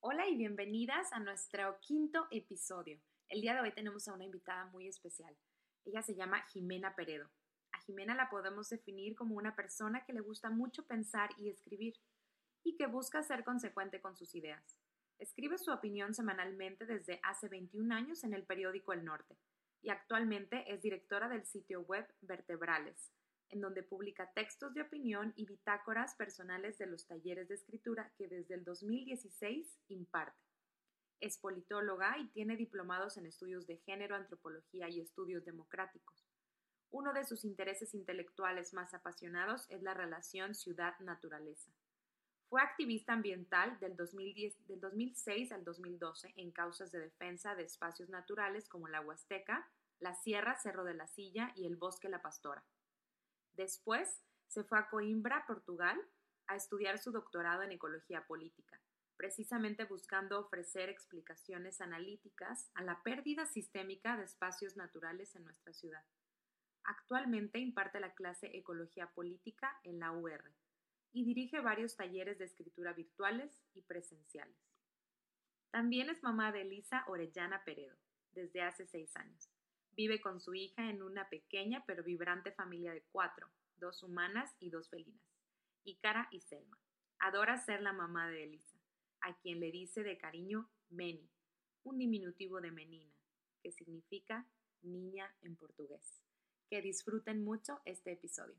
Hola y bienvenidas a nuestro quinto episodio. El día de hoy tenemos a una invitada muy especial. Ella se llama Jimena Peredo. A Jimena la podemos definir como una persona que le gusta mucho pensar y escribir y que busca ser consecuente con sus ideas. Escribe su opinión semanalmente desde hace 21 años en el periódico El Norte y actualmente es directora del sitio web Vertebrales, en donde publica textos de opinión y bitácoras personales de los talleres de escritura que desde el 2016 imparte. Es politóloga y tiene diplomados en estudios de género, antropología y estudios democráticos. Uno de sus intereses intelectuales más apasionados es la relación ciudad-naturaleza. Fue activista ambiental del 2006 al 2012 en causas de defensa de espacios naturales como la Huasteca, la Sierra Cerro de la Silla y el Bosque La Pastora. Después se fue a Coimbra, Portugal, a estudiar su doctorado en ecología política, precisamente buscando ofrecer explicaciones analíticas a la pérdida sistémica de espacios naturales en nuestra ciudad. Actualmente imparte la clase Ecología Política en la UR y dirige varios talleres de escritura virtuales y presenciales. También es mamá de Elisa Orellana Peredo, desde hace 6 años. Vive con su hija en una pequeña pero vibrante familia de 4, 2 humanas y 2 felinas, Ícara y Selma. Adora ser la mamá de Elisa, a quien le dice de cariño Meni, un diminutivo de menina, que significa niña en portugués. Que disfruten mucho este episodio.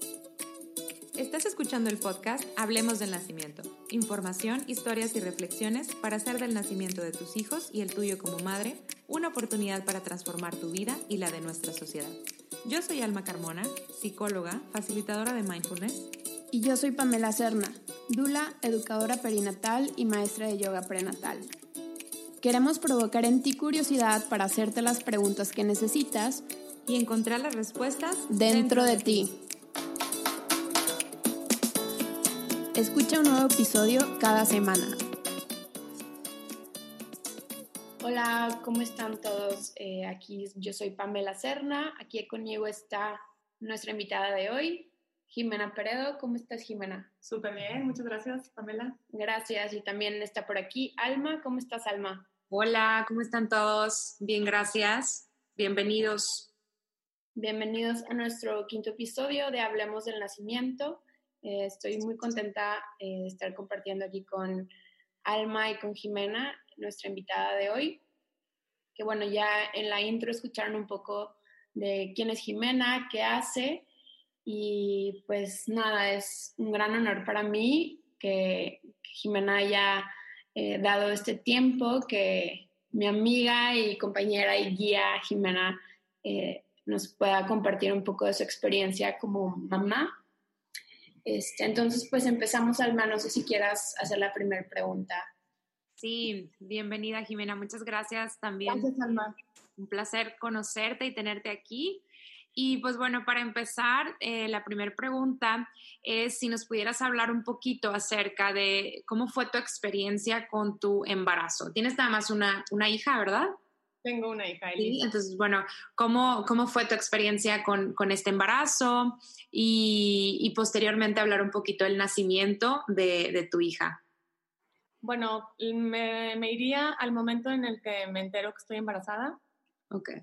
Estás escuchando el podcast Hablemos del Nacimiento. Información, historias y reflexiones para hacer del nacimiento de tus hijos y el tuyo como madre una oportunidad para transformar tu vida y la de nuestra sociedad. Yo soy Alma Carmona, psicóloga, facilitadora de mindfulness. Y yo soy Pamela Serna, dula, educadora perinatal y maestra de yoga prenatal. Queremos provocar en ti curiosidad para hacerte las preguntas que necesitas y encontrar las respuestas dentro de ti. Escucha un nuevo episodio cada semana. Hola, ¿cómo están todos? Aquí yo soy Pamela Serna. Aquí conmigo está nuestra invitada de hoy, Jimena Peredo. ¿Cómo estás, Jimena? Súper bien, muchas gracias, Pamela. Gracias. Y también está por aquí Alma. ¿Cómo estás, Alma? Hola, ¿cómo están todos? Bien, gracias. Bienvenidos. Bienvenidos a nuestro quinto episodio de Hablemos del Nacimiento. Estoy muy contenta de estar compartiendo aquí con Alma y con Jimena, nuestra invitada de hoy. Que bueno, ya en la intro escucharon un poco de quién es Jimena, qué hace. Y pues nada, es un gran honor para mí que Jimena haya dado este tiempo, que mi amiga y compañera y guía Jimena nos pueda compartir un poco de su experiencia como mamá. Entonces, pues empezamos, Alma. No sé si quieras hacer la primera pregunta. Sí, bienvenida, Jimena. Muchas gracias también. Gracias, Alma. Un placer conocerte y tenerte aquí. Y pues bueno, para empezar, la primera pregunta es si nos pudieras hablar un poquito acerca de cómo fue tu experiencia con tu embarazo. Tienes nada más una hija, ¿verdad? Tengo una hija, Elisa. Sí, entonces, bueno, ¿cómo fue tu experiencia con este embarazo? Y posteriormente hablar un poquito del nacimiento de tu hija. Bueno, me iría al momento en el que me entero que estoy embarazada. Okay.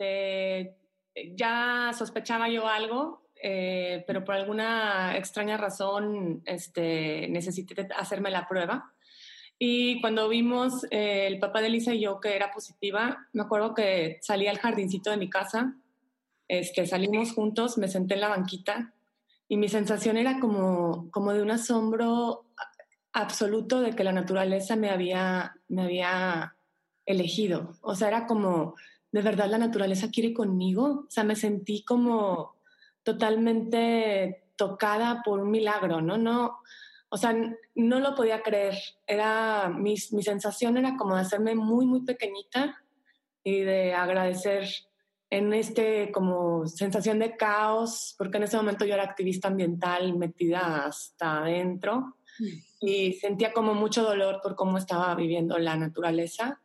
Ya sospechaba yo algo, pero por alguna extraña razón necesité hacerme la prueba. Y cuando vimos el papá de Elisa y yo que era positiva, me acuerdo que salí al jardincito de mi casa, salimos juntos, me senté en la banquita y mi sensación era como de un asombro absoluto de que la naturaleza me había elegido. O sea, era como, ¿de verdad la naturaleza quiere conmigo? O sea, me sentí como totalmente tocada por un milagro, ¿no? O sea, no lo podía creer. Mi sensación era como de hacerme muy, muy pequeñita y de agradecer en como sensación de caos, porque en ese momento yo era activista ambiental metida hasta adentro y sentía como mucho dolor por cómo estaba viviendo la naturaleza,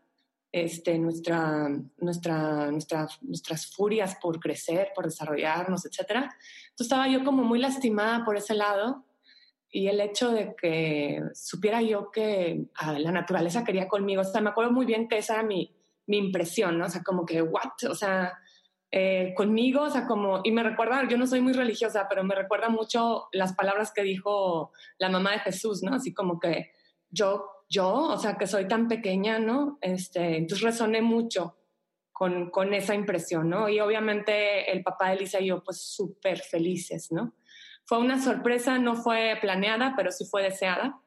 nuestras furias por crecer, por desarrollarnos, etc. Entonces estaba yo como muy lastimada por ese lado. y el hecho de que supiera yo que la naturaleza quería conmigo. O sea, me acuerdo muy bien que esa era mi impresión, ¿no? O sea, como que, what? O sea, conmigo, o sea, como, y me recuerda, yo no soy muy religiosa, pero me recuerda mucho las palabras que dijo la mamá de Jesús, ¿no? Así como que yo, o sea, que soy tan pequeña, ¿no? Entonces resoné mucho con esa impresión, ¿no? Y obviamente el papá de Elisa y yo, pues súper felices, ¿no? Fue una sorpresa, no fue planeada, pero sí fue deseada.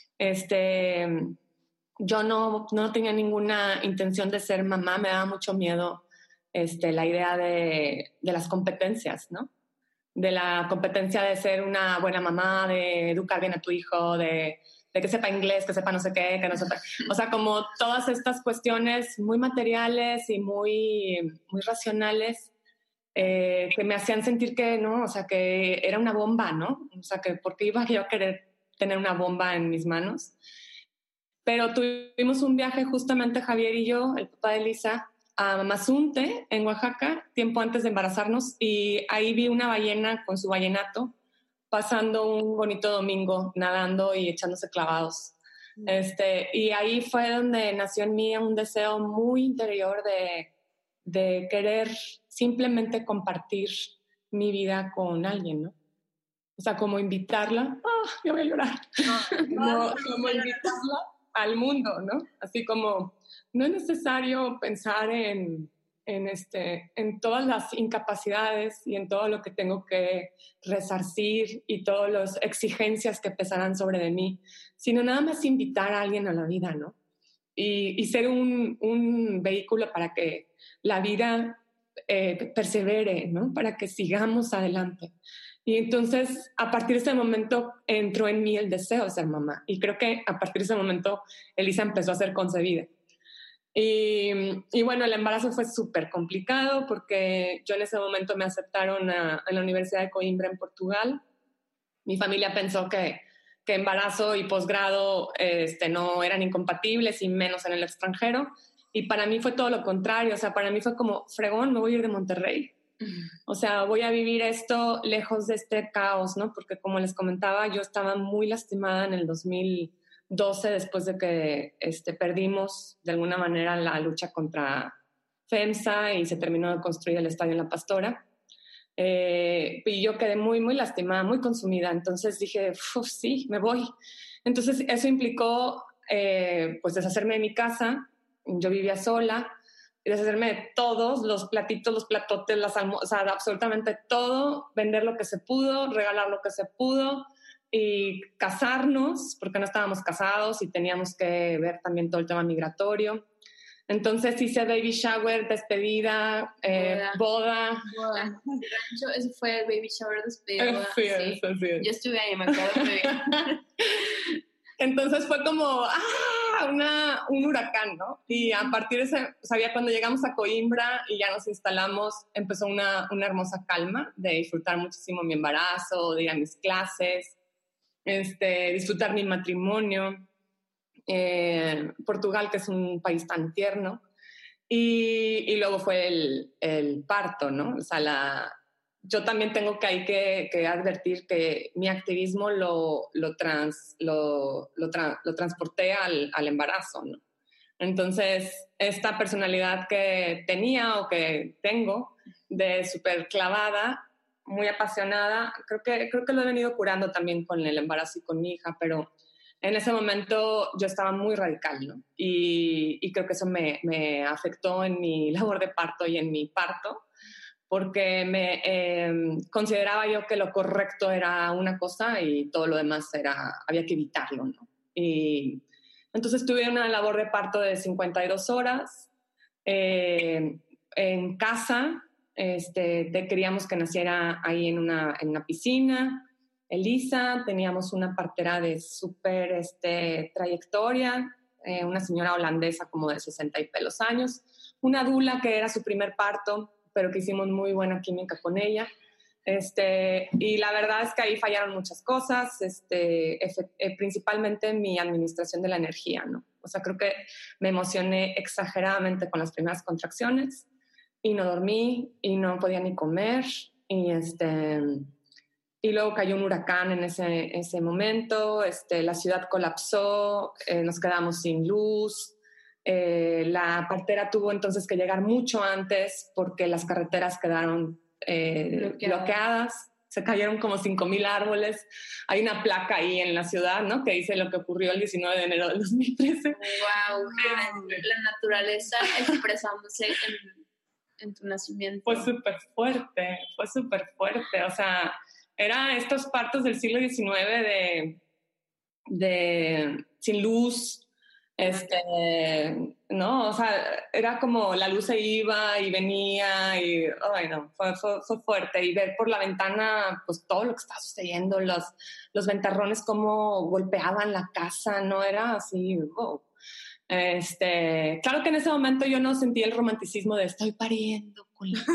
Yo no tenía ninguna intención de ser mamá, me daba mucho miedo la idea de las competencias, ¿no? De la competencia de ser una buena mamá, de educar bien a tu hijo, de que sepa inglés, que sepa no sé qué, que no sepa... O sea, como todas estas cuestiones muy materiales y muy racionales que me hacían sentir que, ¿no? O sea, que era una bomba, ¿no? O sea, que porque iba yo a querer tener una bomba en mis manos. Pero tuvimos un viaje justamente Javier y yo, el papá de Elisa, a Mazunte, en Oaxaca, tiempo antes de embarazarnos, y ahí vi una ballena con su ballenato pasando un bonito domingo nadando y echándose clavados. Y ahí fue donde nació en mí un deseo muy interior de querer simplemente compartir mi vida con alguien, ¿no? O sea, como invitarla, yo voy a llorar, como invitarla al mundo, ¿no? Así como no es necesario pensar en todas las incapacidades y en todo lo que tengo que resarcir y todas las exigencias que pesarán sobre de mí, sino nada más invitar a alguien a la vida, ¿no? Y ser un vehículo para que la vida persevere, ¿no? Para que sigamos adelante. Y entonces, a partir de ese momento, entró en mí el deseo de ser mamá. Y creo que a partir de ese momento, Elisa empezó a ser concebida. Y bueno, el embarazo fue súper complicado porque yo en ese momento me aceptaron en la Universidad de Coimbra en Portugal. Mi familia pensó que embarazo y posgrado no eran incompatibles y menos en el extranjero. Y para mí fue todo lo contrario. O sea, para mí fue como, fregón, me voy a ir de Monterrey. O sea, voy a vivir esto lejos de este caos, ¿no? Porque como les comentaba, yo estaba muy lastimada en el 2012 después de que perdimos de alguna manera la lucha contra FEMSA y se terminó de construir el estadio en La Pastora. Y yo quedé muy, muy lastimada, muy consumida. Entonces dije, sí, me voy. Entonces eso implicó pues deshacerme de mi casa. Yo vivía sola. Y deshacerme de todos los platitos, los platotes, las almohadas, o sea, absolutamente todo, vender lo que se pudo, regalar lo que se pudo y casarnos, porque no estábamos casados y teníamos que ver también todo el tema migratorio. Entonces hice baby shower, despedida, boda. Eso fue el baby shower, despedida. Sí, eso sí. Yo estuve ahí, me acuerdo muy bien. Entonces fue como, un huracán, ¿no? Y a partir de ese, sabía cuando llegamos a Coimbra y ya nos instalamos, empezó una hermosa calma de disfrutar muchísimo mi embarazo, de ir a mis clases, disfrutar mi matrimonio. Portugal, que es un país tan tierno. Y luego fue el parto, ¿no? O sea, yo también tengo que advertir que mi activismo lo transporté al embarazo, ¿no? Entonces, esta personalidad que tenía o que tengo de súper clavada, muy apasionada, creo que lo he venido curando también con el embarazo y con mi hija, pero en ese momento yo estaba muy radical, ¿no? Y creo que eso me afectó en mi labor de parto y en mi parto, porque consideraba yo que lo correcto era una cosa y todo lo demás había que evitarlo, ¿no? Y entonces tuve una labor de parto de 52 horas en casa. Queríamos que naciera ahí en una piscina. Elisa, teníamos una partera de súper trayectoria, una señora holandesa como de 60 y pelos años, una dula que era su primer parto, pero que hicimos muy buena química con ella. Y la verdad es que ahí fallaron muchas cosas, principalmente mi administración de la energía, ¿no? O sea, creo que me emocioné exageradamente con las primeras contracciones y no dormí y no podía ni comer y y luego cayó un huracán en ese momento, la ciudad colapsó, nos quedamos sin luz, la partera tuvo entonces que llegar mucho antes porque las carreteras quedaron bloqueadas. Se cayeron como 5,000 árboles. Hay una placa ahí en la ciudad, ¿no?, que dice lo que ocurrió el 19 de enero del 2013. ¡Wow! La naturaleza expresándose en tu nacimiento. Fue súper fuerte. O sea, era estos partos del siglo XIX de sin luz, ¿no? O sea, era como la luz se iba y venía y, no, fue fuerte. Y ver por la ventana, pues, todo lo que estaba sucediendo, los ventarrones, cómo golpeaban la casa, ¿no? Era así, wow. Claro que en ese momento yo no sentí el romanticismo de estoy pariendo con la...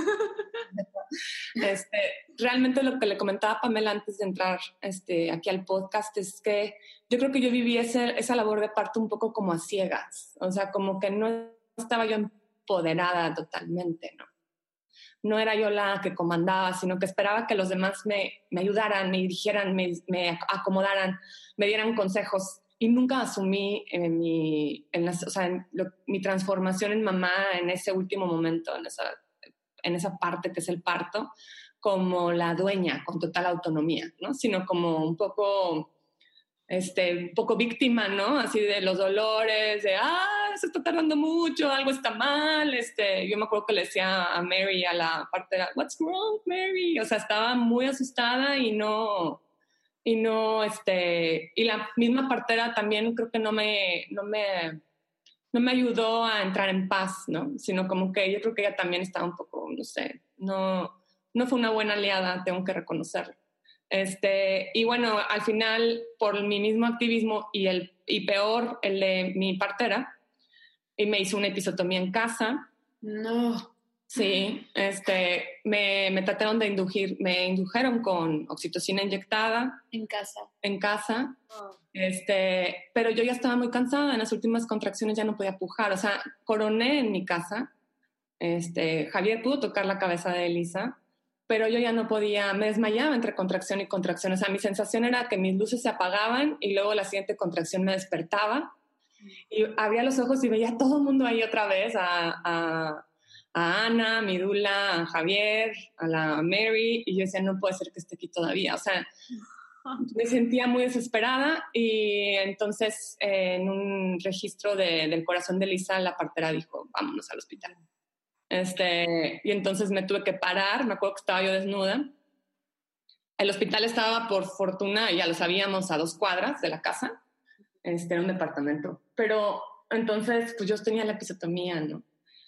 Realmente lo que le comentaba a Pamela antes de entrar aquí al podcast es que yo creo que yo viví esa labor de parto un poco como a ciegas, o sea, como que no estaba yo empoderada totalmente, ¿no? No era yo la que comandaba, sino que esperaba que los demás me ayudaran, me dirigieran, me acomodaran, me dieran consejos, y nunca asumí mi transformación en mamá en ese último momento, en esa parte que es el parto, como la dueña con total autonomía, ¿no? Sino como un poco víctima, ¿no? Así de los dolores, de, se está tardando mucho, algo está mal. Yo me acuerdo que le decía a Mary, a la partera, what's wrong, Mary? O sea, estaba muy asustada y la misma partera también creo que no me ayudó a entrar en paz, ¿no? Sino como que yo creo que ella también estaba un poco, no sé, no fue una buena aliada, tengo que reconocerlo. Y bueno, al final, por mi mismo activismo y peor, el de mi partera, y me hizo una episiotomía en casa. No. Sí, me trataron de me indujeron con oxitocina inyectada. En casa. En casa. Oh. Pero yo ya estaba muy cansada, en las últimas contracciones ya no podía pujar, o sea, coroné en mi casa. Javier pudo tocar la cabeza de Elisa, pero yo ya no podía, me desmayaba entre contracción y contracción, o sea, mi sensación era que mis luces se apagaban y luego la siguiente contracción me despertaba y abría los ojos y veía a todo el mundo ahí otra vez, a Ana, a mi dula, a Javier, a la Mary, y yo decía, no puede ser que esté aquí todavía, o sea, me sentía muy desesperada. Y entonces en un registro del corazón de Elisa, la partera dijo, vámonos al hospital. Y entonces me tuve que parar, me acuerdo que estaba yo desnuda. El hospital estaba, por fortuna, ya lo sabíamos, a 2 cuadras de la casa. Era un departamento. Pero entonces, pues yo tenía la episiotomía, ¿no?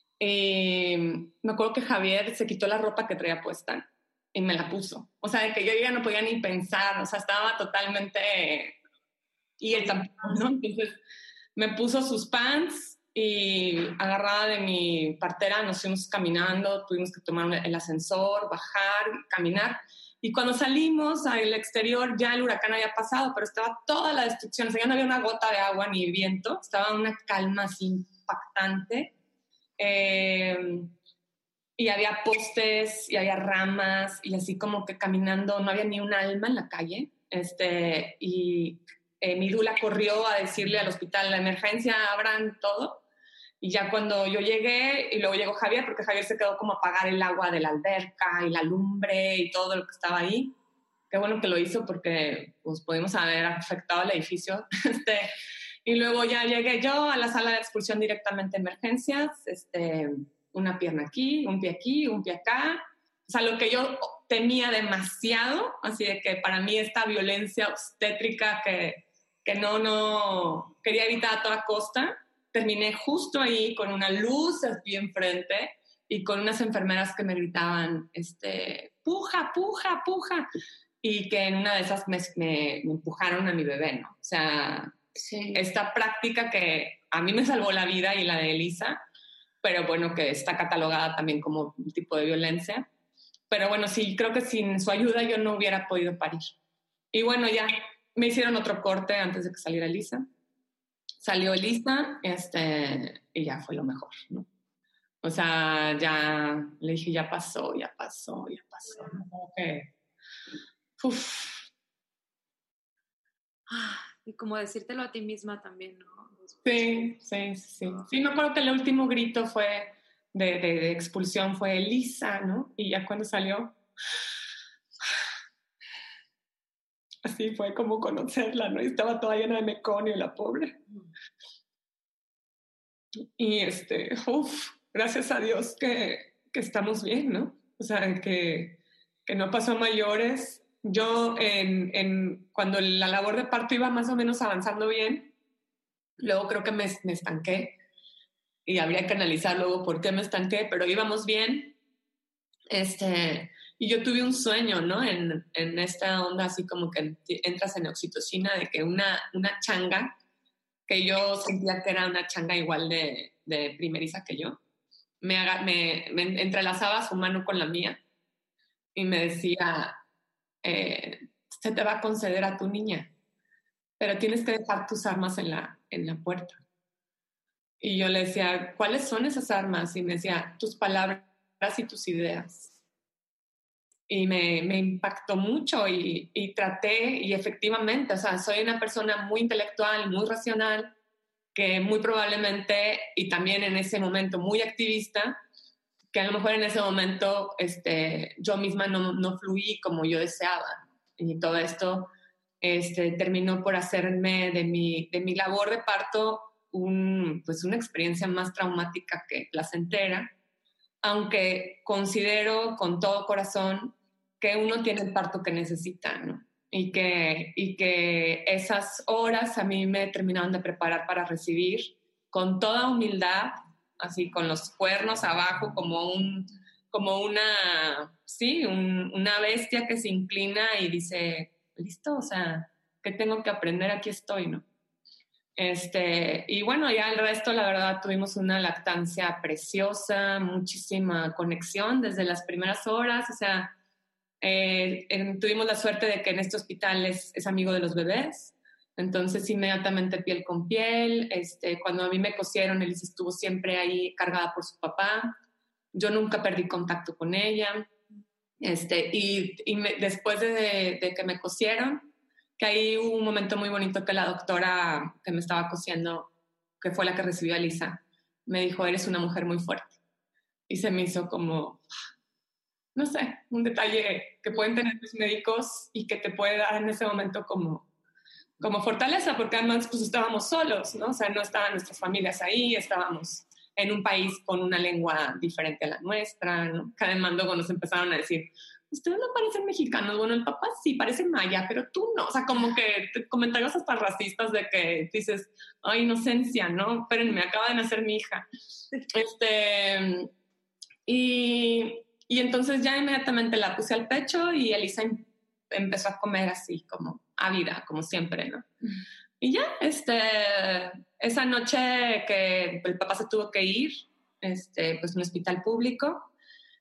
Me acuerdo que Javier se quitó la ropa que traía puesta y me la puso. O sea, de que yo ya no podía ni pensar, o sea, estaba totalmente... Y él tampoco, ¿no? Entonces me puso sus pants y agarrada de mi partera nos fuimos caminando, tuvimos que tomar el ascensor, bajar, caminar. Y cuando salimos al exterior ya el huracán había pasado, pero estaba toda la destrucción, o sea, ya no había una gota de agua ni viento, estaba una calma así impactante. Y había postes y había ramas y así como que caminando, no había ni un alma en la calle. Mi dula corrió a decirle al hospital, la emergencia, abran todo. Y ya cuando yo llegué, y luego llegó Javier, porque Javier se quedó como a apagar el agua de la alberca y la lumbre y todo lo que estaba ahí. Qué bueno que lo hizo porque pues, pudimos haber afectado el edificio. Y luego ya llegué yo a la sala de expulsión directamente a emergencias, una pierna aquí, un pie acá. O sea, lo que yo temía demasiado, así de que para mí esta violencia obstétrica que no quería evitar a toda costa, terminé justo ahí con una luz aquí enfrente y con unas enfermeras que me gritaban, puja, puja, puja. Y que en una de esas me empujaron a mi bebé, ¿no? O sea, sí, esta práctica que a mí me salvó la vida y la de Elisa, pero bueno, que está catalogada también como un tipo de violencia. Pero bueno, sí, creo que sin su ayuda yo no hubiera podido parir. Y bueno, ya me hicieron otro corte antes de que saliera Elisa. Salió Elisa y ya fue lo mejor, ¿no? O sea, ya le dije, ya pasó. ¿No? Uf. Y como decírtelo a ti misma también, ¿no? Sí. Sí, me acuerdo que el último grito fue de expulsión fue Elisa, ¿no? Y ya cuando salió, así fue como conocerla, ¿no? Y estaba toda llena de meconio, la pobre. Y gracias a Dios que estamos bien, ¿no? O sea, que no pasó a mayores. Yo, cuando la labor de parto iba más o menos avanzando bien, luego creo que me estanqué y habría que analizar luego por qué me estanqué, pero íbamos bien. Y yo tuve un sueño, ¿no? En esta onda así como que entras en oxitocina, de que una changa, que yo sentía que era una changa igual de primeriza que yo, me entrelazaba su mano con la mía y me decía, se te va a conceder a tu niña, pero tienes que dejar tus armas en la puerta. Y yo le decía, ¿cuáles son esas armas? Y me decía, tus palabras y tus ideas. Y me impactó mucho y traté, y efectivamente, o sea, soy una persona muy intelectual, muy racional, que muy probablemente, y también en ese momento muy activista, que a lo mejor en ese momento yo misma no fluí como yo deseaba. Y todo esto terminó por hacerme de mi labor de parto pues una experiencia más traumática que placentera, aunque considero con todo corazón que uno tiene el parto que necesita, ¿no? Y que esas horas a mí me terminaron de preparar para recibir con toda humildad, así con los cuernos abajo, como una bestia que se inclina y dice, listo, o sea, ¿qué tengo que aprender? Aquí estoy, ¿no? Y bueno, ya el resto, la verdad, tuvimos una lactancia preciosa, muchísima conexión desde las primeras horas, o sea, tuvimos la suerte de que en este hospital es amigo de los bebés, entonces inmediatamente piel con piel. Cuando a mí me cosieron, Elisa estuvo siempre ahí cargada por su papá, yo nunca perdí contacto con ella, después de que me cosieron, que ahí hubo un momento muy bonito que la doctora que me estaba cosiendo, que fue la que recibió a Elisa, me dijo, eres una mujer muy fuerte. Y se me hizo como, no sé, un detalle que pueden tener los médicos y que te puede dar en ese momento como fortaleza, porque además pues estábamos solos, ¿no? O sea, no estaban nuestras familias ahí, estábamos en un país con una lengua diferente a la nuestra, ¿no? Que además luego nos empezaron a decir, ustedes no parecen mexicanos, bueno, el papá sí parece maya, pero tú no, o sea, como que comentarios hasta racistas de que dices, ay, inocencia, ¿no? Espérenme, acaba de nacer mi hija. Y entonces ya inmediatamente la puse al pecho y Elisa empezó a comer así, como ávida, como siempre, ¿no? Y ya, esa noche que el papá se tuvo que ir, pues un hospital público,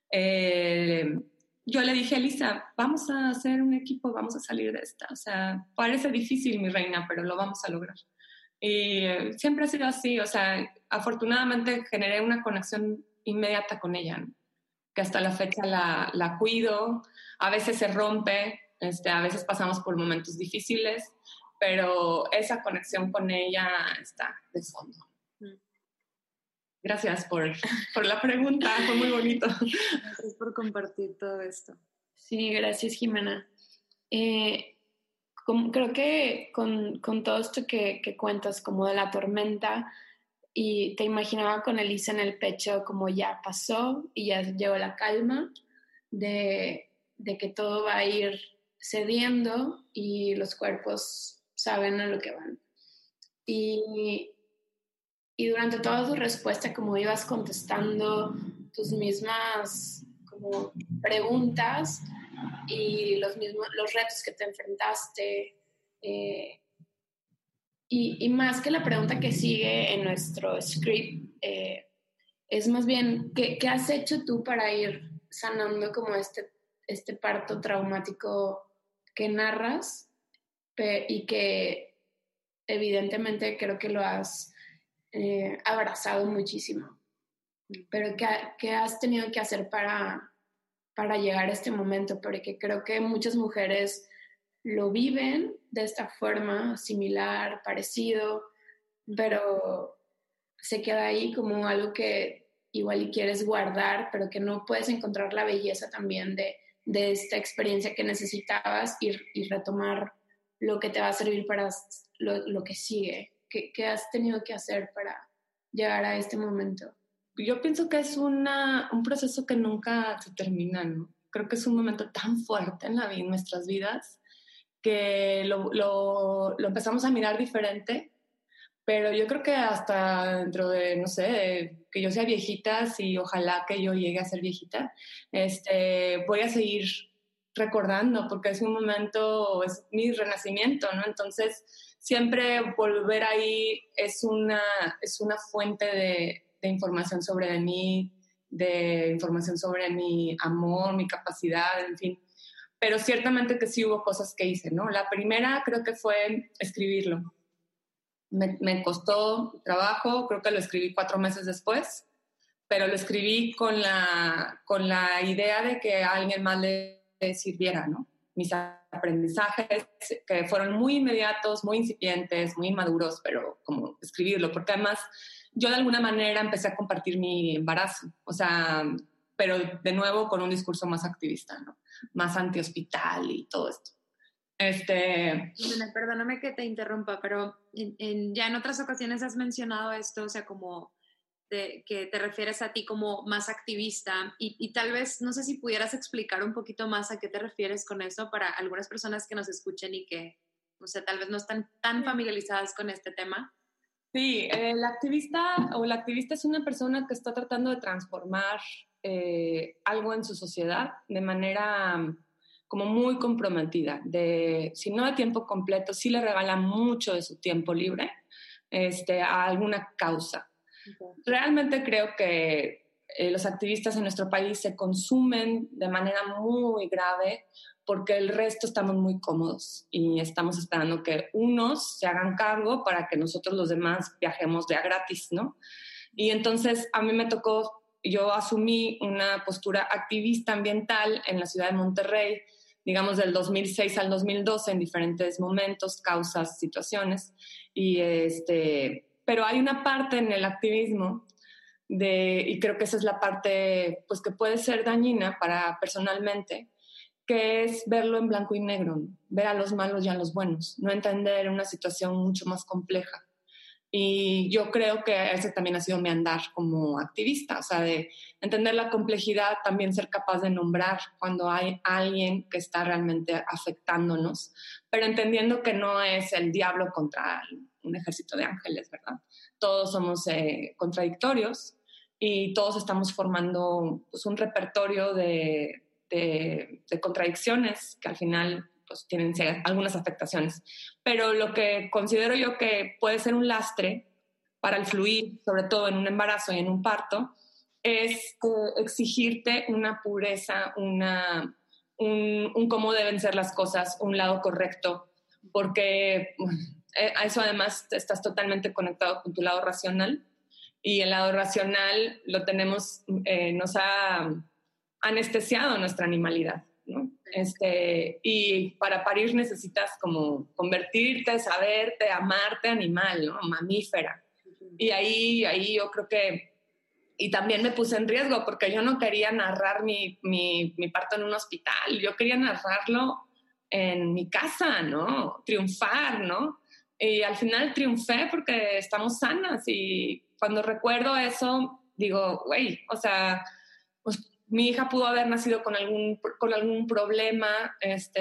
yo le dije a Elisa, vamos a hacer un equipo, vamos a salir de esta. O sea, parece difícil, mi reina, pero lo vamos a lograr. Y siempre ha sido así, o sea, afortunadamente generé una conexión inmediata con ella, ¿no? Que hasta la fecha la cuido, a veces se rompe, a veces pasamos por momentos difíciles, pero esa conexión con ella está de fondo. Gracias por la pregunta, fue muy bonito. Gracias por compartir todo esto. Sí, gracias, Jimena. Creo que con todo esto que cuentas, como de la tormenta, y te imaginaba con Elisa en el pecho como ya pasó y ya llegó la calma de que todo va a ir cediendo y los cuerpos saben a lo que van. Y durante toda tu respuesta, como ibas contestando tus mismas como preguntas y los retos que te enfrentaste, y más que la pregunta que sigue en nuestro script, es más bien, ¿qué has hecho tú para ir sanando como este parto traumático que narras y que evidentemente creo que lo has abrazado muchísimo? Pero ¿qué has tenido que hacer para llegar a este momento? Porque creo que muchas mujeres lo viven de esta forma, similar, parecido, pero se queda ahí como algo que igual y quieres guardar, pero que no puedes encontrar la belleza también de esta experiencia que necesitabas y retomar lo que te va a servir para lo que sigue. ¿Qué has tenido que hacer para llegar a este momento? Yo pienso que es un proceso que nunca se termina, ¿no? Creo que es un momento tan fuerte en nuestras vidas que lo empezamos a mirar diferente, pero yo creo que hasta dentro de, no sé, que yo sea viejita, si ojalá que yo llegue a ser viejita, voy a seguir recordando, porque es un momento, es mi renacimiento, ¿no? Entonces, siempre volver ahí es una fuente de información sobre mí, de información sobre mi amor, mi capacidad, en fin. Pero ciertamente que sí hubo cosas que hice, ¿no? La primera creo que fue escribirlo. Me costó trabajo, creo que lo escribí 4 meses después, pero lo escribí con la idea de que a alguien más le sirviera, ¿no? Mis aprendizajes, que fueron muy inmediatos, muy incipientes, muy inmaduros, pero como escribirlo, porque además yo de alguna manera empecé a compartir mi embarazo, o sea, pero de nuevo con un discurso más activista, ¿no? Más antihospital y todo esto. Perdóname que te interrumpa, pero ya en otras ocasiones has mencionado esto, o sea, como que te refieres a ti como más activista y tal vez, no sé si pudieras explicar un poquito más a qué te refieres con eso para algunas personas que nos escuchen y que, o sea, tal vez no están tan familiarizadas con este tema. Sí, el activista o la activista es una persona que está tratando de transformar algo en su sociedad de manera como muy comprometida, si no a tiempo completo, sí le regala mucho de su tiempo libre a alguna causa. Okay. Realmente creo que los activistas en nuestro país se consumen de manera muy grave porque el resto estamos muy cómodos y estamos esperando que unos se hagan cargo para que nosotros los demás viajemos de a gratis, ¿no? Y entonces a mí me tocó, yo asumí una postura activista ambiental en la ciudad de Monterrey, digamos del 2006 al 2012 en diferentes momentos, causas, situaciones, pero hay una parte en el activismo y creo que esa es la parte pues, que puede ser dañina para personalmente, que es verlo en blanco y negro, ¿no? Ver a los malos y a los buenos, no entender una situación mucho más compleja. Y yo creo que ese también ha sido mi andar como activista, o sea, de entender la complejidad, también ser capaz de nombrar cuando hay alguien que está realmente afectándonos, pero entendiendo que no es el diablo contra un ejército de ángeles, ¿verdad? Todos somos contradictorios y todos estamos formando pues, un repertorio de contradicciones que al final pues, tienen algunas afectaciones. Pero lo que considero yo que puede ser un lastre para el fluir, sobre todo en un embarazo y en un parto, es exigirte una pureza, un cómo deben ser las cosas, un lado correcto, porque a eso además estás totalmente conectado con tu lado racional y el lado racional lo tenemos, nos ha anestesiado nuestra animalidad, ¿no? Y para parir necesitas como convertirte, saberte, amarte animal, ¿no? Mamífera. Y ahí yo creo que, y también me puse en riesgo porque yo no quería narrar mi parto en un hospital, yo quería narrarlo en mi casa, ¿no? Triunfar, ¿no? Y al final triunfé porque estamos sanas y cuando recuerdo eso, digo, güey, o sea, pues mi hija pudo haber nacido con algún problema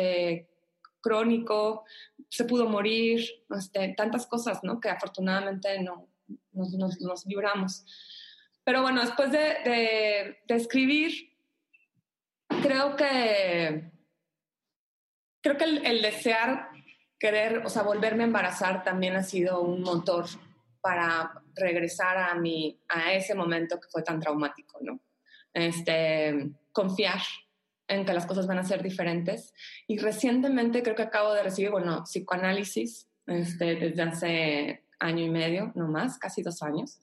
crónico, se pudo morir, tantas cosas, ¿no? Que afortunadamente no nos libramos. Pero bueno, después de escribir, creo que el desear querer, o sea, volverme a embarazar también ha sido un motor para regresar a ese momento que fue tan traumático, ¿no? Confiar en que las cosas van a ser diferentes. Y recientemente creo que acabo de recibir, psicoanálisis desde hace 1 año y medio, no más, casi 2 años.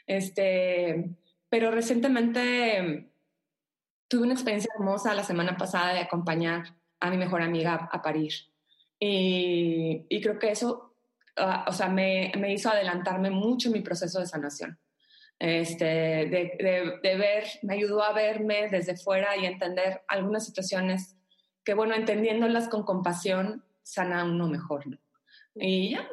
Pero recientemente tuve una experiencia hermosa la semana pasada de acompañar a mi mejor amiga a parir. y creo que eso, me hizo adelantarme mucho en mi proceso de sanación. Me ayudó a verme desde fuera y entender algunas situaciones que, bueno, entendiéndolas con compasión, sana uno mejor, ¿no? Y ya,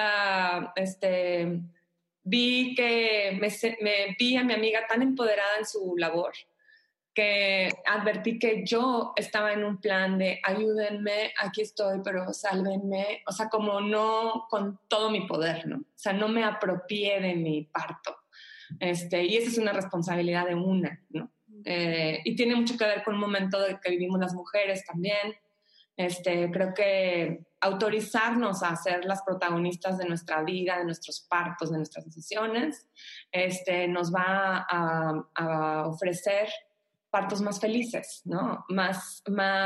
vi que me vi a mi amiga tan empoderada en su labor que advertí que yo estaba en un plan de ayúdenme, aquí estoy, pero sálvenme, o sea, como no con todo mi poder, ¿no? O sea, no me apropié de mi parto. Y esa es una responsabilidad de una, ¿no? Y tiene mucho que ver con un momento de que vivimos las mujeres también. Creo que autorizarnos a ser las protagonistas de nuestra vida, de nuestros partos, de nuestras decisiones, nos va a ofrecer partos más felices, ¿no? Más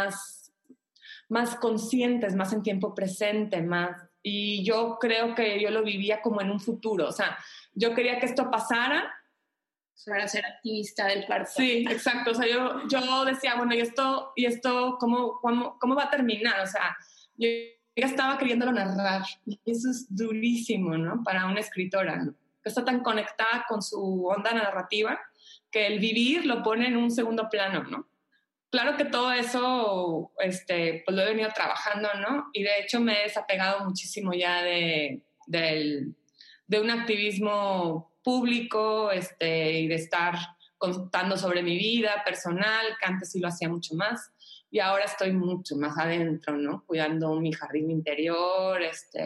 conscientes, más en tiempo presente, más... Y yo creo que yo lo vivía como en un futuro, o sea, yo quería que esto pasara para ser activista del parto. Sí, exacto. O sea, yo decía, bueno, ¿y esto cómo va a terminar? O sea, yo ya estaba queriéndolo narrar. Y eso es durísimo, ¿no? Para una escritora, ¿no? Que está tan conectada con su onda narrativa que el vivir lo pone en un segundo plano, ¿no? Claro que todo eso, pues lo he venido trabajando, ¿no? Y de hecho me he desapegado muchísimo ya de un activismo público y de estar contando sobre mi vida personal, que antes sí lo hacía mucho más, y ahora estoy mucho más adentro, ¿no? Cuidando mi jardín interior,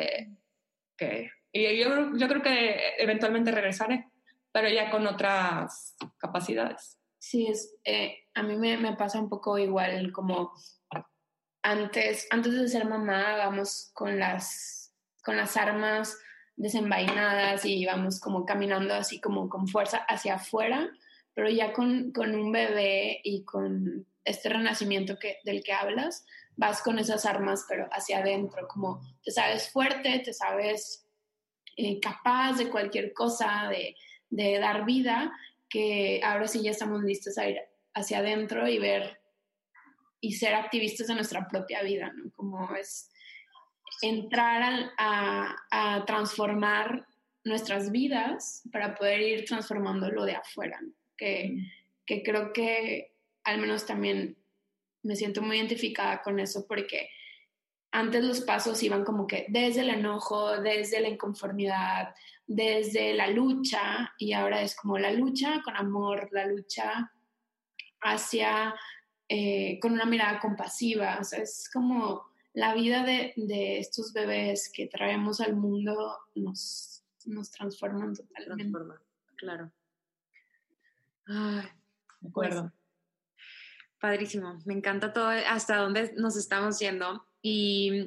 y yo creo que eventualmente regresaré, pero ya con otras capacidades. Sí, a mí me pasa un poco igual, como antes de ser mamá, vamos con las armas desenvainadas y vamos como caminando así como con fuerza hacia afuera, pero ya con un bebé y con este renacimiento del que hablas, vas con esas armas pero hacia adentro, como te sabes fuerte, te sabes capaz de cualquier cosa, de dar vida, que ahora sí ya estamos listos a ir hacia adentro y ver y ser activistas de nuestra propia vida, ¿no? Como es entrar a transformar nuestras vidas para poder ir transformando lo de afuera, ¿no? Que creo que al menos también me siento muy identificada con eso, porque antes los pasos iban como que desde el enojo, desde la inconformidad, desde la lucha, y ahora es como la lucha con amor, la lucha hacia, con una mirada compasiva. O sea, es como la vida de estos bebés que traemos al mundo nos transforman totalmente. Transforma, claro. Ay, de acuerdo. Pues, padrísimo, me encanta todo hasta dónde nos estamos yendo, y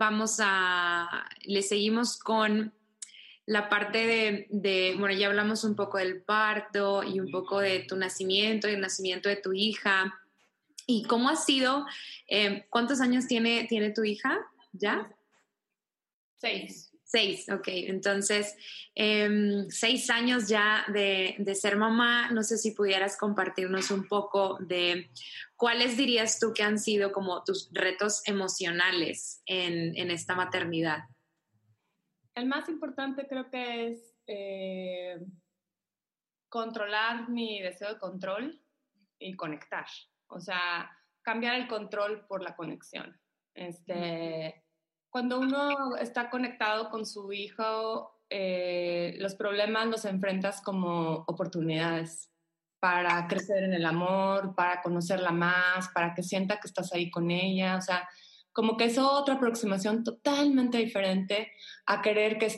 le seguimos con la parte bueno, ya hablamos un poco del parto y un poco de tu nacimiento y el nacimiento de tu hija. ¿Y cómo ha sido? ¿Cuántos años tiene tu hija ya? 6. 6, ok. Entonces, 6 años ya de ser mamá. No sé si pudieras compartirnos un poco de cuáles dirías tú que han sido como tus retos emocionales en esta maternidad. El más importante creo que es controlar mi deseo de control y conectar. O sea, cambiar el control por la conexión. Cuando uno está conectado con su hijo, los problemas los enfrentas como oportunidades para crecer en el amor, para conocerla más, para que sienta que estás ahí con ella. O sea, como que es otra aproximación totalmente diferente a querer que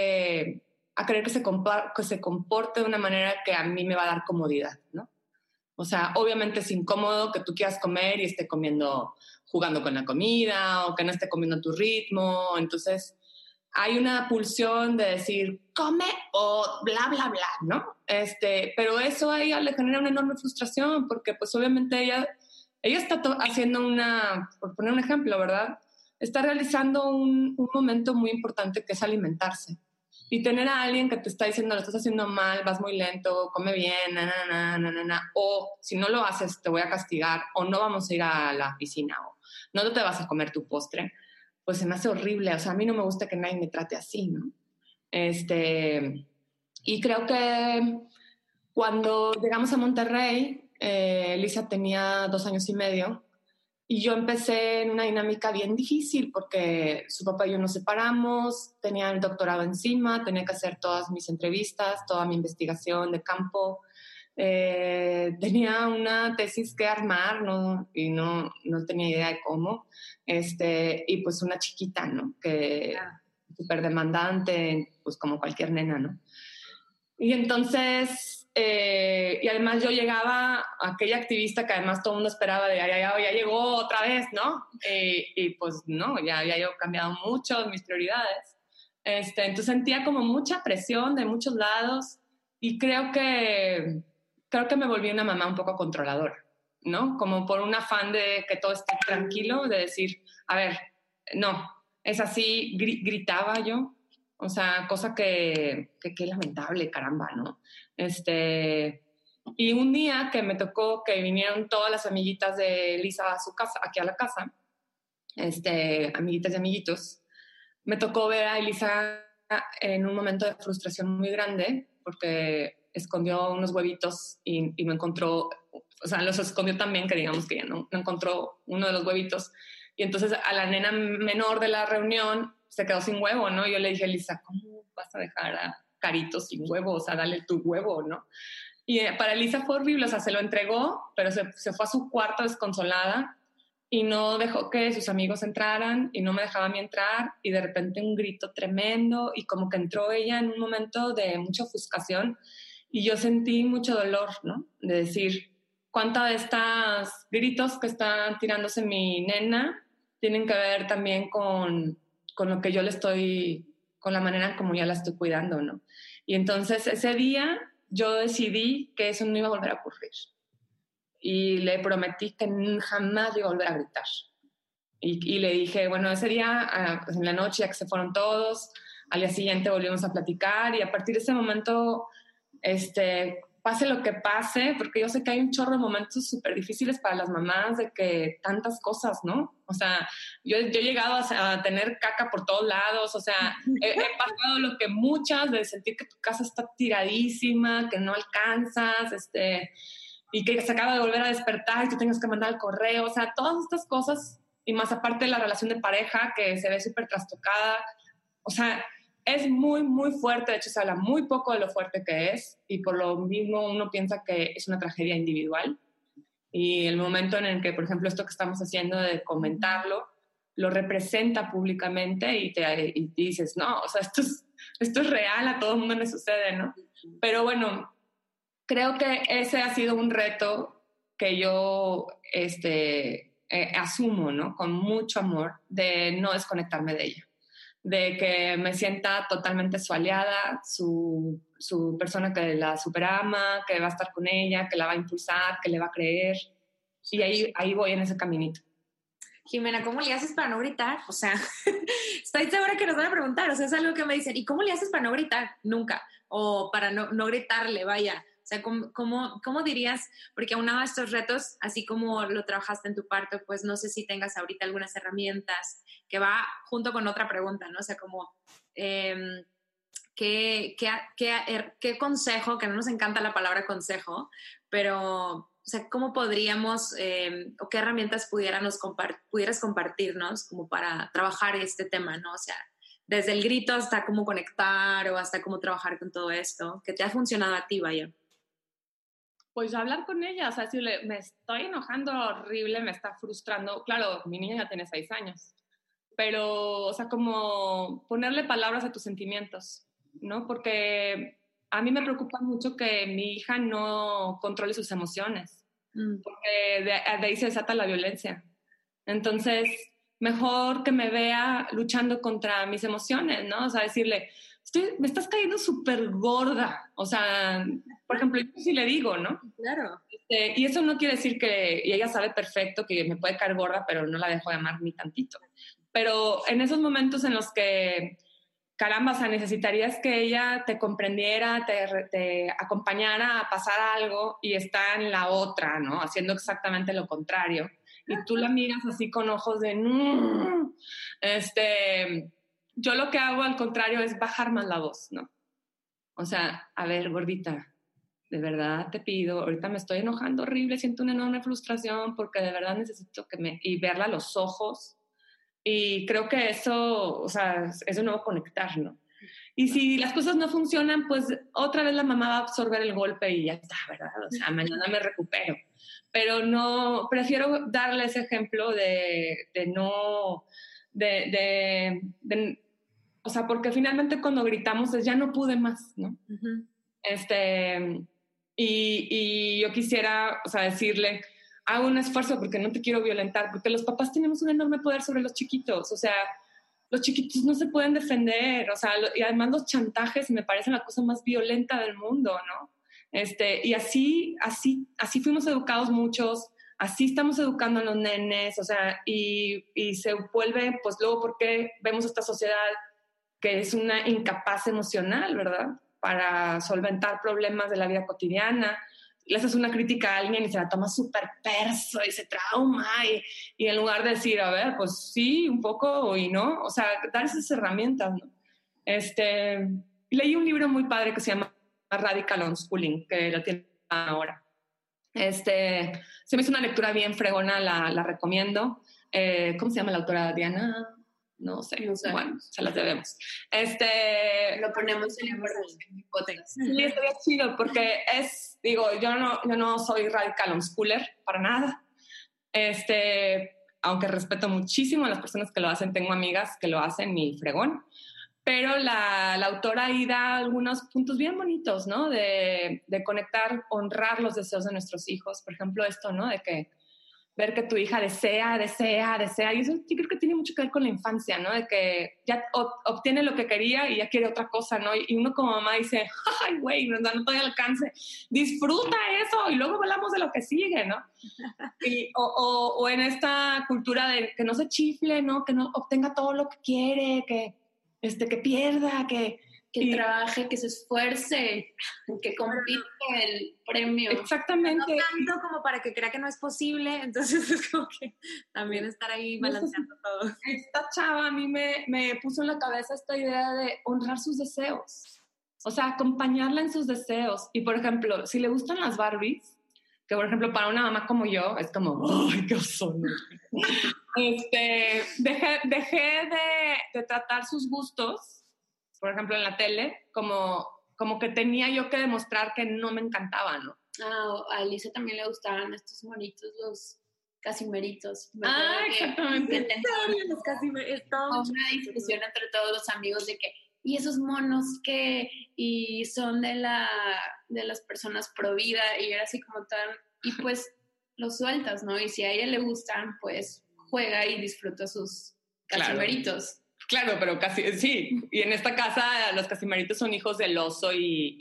se comporte de una manera que a mí me va a dar comodidad, ¿no? O sea, obviamente es incómodo que tú quieras comer y esté jugando con la comida, o que no esté comiendo a tu ritmo. Entonces hay una pulsión de decir, come o bla, bla, bla, ¿no? Pero eso a ella le genera una enorme frustración, porque pues obviamente ella está haciendo por poner un ejemplo, ¿verdad? Está realizando un momento muy importante, que es alimentarse. Y tener a alguien que te está diciendo, lo estás haciendo mal, vas muy lento, come bien, o si no lo haces te voy a castigar, o no vamos a ir a la piscina, o no te vas a comer tu postre, pues se me hace horrible. O sea, a mí no me gusta que nadie me trate así, ¿no? Y creo que cuando llegamos a Monterrey, Lisa tenía 2 años y medio y yo empecé en una dinámica bien difícil porque su papá y yo nos separamos, tenía el doctorado encima, tenía que hacer todas mis entrevistas, toda mi investigación de campo. Tenía una tesis que armar, ¿no? Y no tenía idea de cómo. Y pues una chiquita, ¿no? Que súper demandante, pues como cualquier nena, ¿no? Y entonces, y además yo llegaba a aquella activista que además todo el mundo esperaba de, ya llegó otra vez, ¿no? Y pues no, ya había yo cambiado mucho mis prioridades. Entonces sentía como mucha presión de muchos lados y creo que me volví una mamá un poco controladora, ¿no? Como por un afán de que todo esté tranquilo, de decir, a ver, no, es así, gritaba yo. O sea, cosa que lamentable, caramba, ¿no? Y un día que me tocó que vinieron todas las amiguitas de Lisa a su casa, aquí a la casa, amiguitas y amiguitos, me tocó ver a Elisa en un momento de frustración muy grande porque escondió unos huevitos y me encontró, o sea, los escondió también, que digamos que ya no encontró uno de los huevitos. Y entonces a la nena menor de la reunión se quedó sin huevo, ¿no? Yo le dije a Elisa, ¿cómo vas a dejar a Carito sin huevo? O sea, dale tu huevo, ¿no? Y para Elisa fue horrible, o sea, se lo entregó, pero se fue a su cuarto desconsolada y no dejó que sus amigos entraran y no me dejaba a mí entrar y de repente un grito tremendo y como que entró ella en un momento de mucha ofuscación y yo sentí mucho dolor, ¿no? De decir, ¿cuántos de estos gritos que están tirándose mi nena tienen que ver también con lo que yo le estoy, con la manera como ya la estoy cuidando, ¿no? Y entonces ese día yo decidí que eso no iba a volver a ocurrir. Y le prometí que jamás iba a volver a gritar. Y le dije, bueno, ese día, pues en la noche, ya que se fueron todos, al día siguiente volvimos a platicar y a partir de ese momento, pase lo que pase, porque yo sé que hay un chorro de momentos súper difíciles para las mamás, de que tantas cosas, ¿no? O sea, yo he llegado a tener caca por todos lados, o sea, he pasado lo que muchas, de sentir que tu casa está tiradísima, que no alcanzas, y que se acaba de volver a despertar y tú tengas que mandar el correo, o sea, todas estas cosas, y más aparte de la relación de pareja que se ve súper trastocada, o sea, es muy, muy fuerte, de hecho se habla muy poco de lo fuerte que es y por lo mismo uno piensa que es una tragedia individual y el momento en el que, por ejemplo, esto que estamos haciendo de comentarlo, lo representa públicamente y dices, no, o sea, esto es real, a todo el mundo le sucede, ¿no? Pero bueno, creo que ese ha sido un reto que yo asumo, ¿no? Con mucho amor, de no desconectarme de ella, de que me sienta totalmente su aliada, su persona que la superama, que va a estar con ella, que la va a impulsar, que le va a creer. Y ahí voy en ese caminito. Jimena, ¿cómo le haces para no gritar? O sea, estoy segura que nos van a preguntar, o sea, es algo que me dicen, ¿y cómo le haces para no gritar? Nunca. O para no gritarle, vaya. O sea, ¿cómo dirías? Porque aunado a estos retos, así como lo trabajaste en tu parto, pues no sé si tengas ahorita algunas herramientas que va junto con otra pregunta, ¿no? O sea, como, ¿qué consejo, que no nos encanta la palabra consejo, pero, o sea, ¿cómo podríamos, o qué herramientas pudieras compartirnos como para trabajar este tema, ¿no? O sea, desde el grito hasta cómo conectar o hasta cómo trabajar con todo esto, que te ha funcionado a ti, vaya. Pues hablar con ella, o sea, decirle, me estoy enojando horrible, me está frustrando. Claro, mi niña ya tiene 6 años, pero, o sea, como ponerle palabras a tus sentimientos, ¿no? Porque a mí me preocupa mucho que mi hija no controle sus emociones, porque de ahí se desata la violencia. Entonces, mejor que me vea luchando contra mis emociones, ¿no? O sea, decirle, me estás cayendo súper gorda. O sea, por ejemplo, yo sí le digo, ¿no? Claro. Y eso no quiere decir y ella sabe perfecto que me puede caer gorda, pero no la dejo de amar ni tantito. Pero en esos momentos en los que, caramba, o sea, necesitarías que ella te comprendiera, te acompañara a pasar algo y está en la otra, ¿no? Haciendo exactamente lo contrario. y tú la miras así con ojos de no. Yo lo que hago al contrario es bajar más la voz, ¿no? O sea, a ver, gordita, de verdad te pido, ahorita me estoy enojando horrible, siento una enorme frustración porque de verdad necesito y verla a los ojos. Y creo que eso, o sea, es de nuevo conectar, ¿no? Y si las cosas no funcionan, pues otra vez la mamá va a absorber el golpe y ya está, ¿verdad? O sea, mañana me recupero. Pero no, prefiero darle ese ejemplo de no, o sea, porque finalmente cuando gritamos es ya no pude más, ¿no? Uh-huh. Y yo quisiera, o sea, decirle, hago un esfuerzo porque no te quiero violentar, porque los papás tenemos un enorme poder sobre los chiquitos, o sea, los chiquitos no se pueden defender, o sea, y además los chantajes me parecen la cosa más violenta del mundo, ¿no? Y así fuimos educados muchos, así estamos educando a los nenes, o sea, y se vuelve, pues luego, porque vemos esta sociedad que es una incapaz emocional, ¿verdad? Para solventar problemas de la vida cotidiana. Le haces una crítica a alguien y se la toma súper perso y se trauma y en lugar de decir, a ver, pues sí, un poco y no, o sea, dar esas herramientas, ¿no? Leí un libro muy padre que se llama Radical Unschooling, que lo tiene ahora. Se me hizo una lectura bien fregona, la recomiendo. ¿Cómo se llama la autora? Diana... No sé, bueno, se las debemos. Lo ponemos en el podcast. Sí, estaría chido porque yo no soy radical unschooler para nada. Aunque respeto muchísimo a las personas que lo hacen, tengo amigas que lo hacen y fregón. Pero la autora ahí da algunos puntos bien bonitos, ¿no? De conectar, honrar los deseos de nuestros hijos. Por ejemplo, esto, ¿no? De que ver que tu hija desea, y eso yo creo que tiene mucho que ver con la infancia, ¿no? De que ya obtiene lo que quería y ya quiere otra cosa, ¿no? Y uno como mamá dice, ay, güey, no estoy al alcance, disfruta eso y luego hablamos de lo que sigue, ¿no? O en esta cultura de que no se chifle, ¿no? Que no obtenga todo lo que quiere, que pierda, que trabaje, que se esfuerce, que compite el premio. Exactamente. No tanto como para que crea que no es posible, entonces es como que también estar ahí balanceando todo. Esta chava a mí me puso en la cabeza esta idea de honrar sus deseos, o sea, acompañarla en sus deseos. Y por ejemplo, si le gustan las Barbies, que por ejemplo para una mamá como yo es como, ¡ay, qué oso! Dejé de tratar sus gustos, por ejemplo, en la tele, como que tenía yo que demostrar que no me encantaba, ¿no? A Alicia también le gustaban estos monitos, los casimeritos. Exactamente. Los casimeritos. Una discusión entre todos los amigos de que, ¿y esos monos qué? Y son de las personas pro vida, y era así como tan... Y pues los sueltas, ¿no? Y si a ella le gustan, pues juega y disfruta sus casimeritos. Claro, pero casi, sí. Y en esta casa los casimeritos son hijos del oso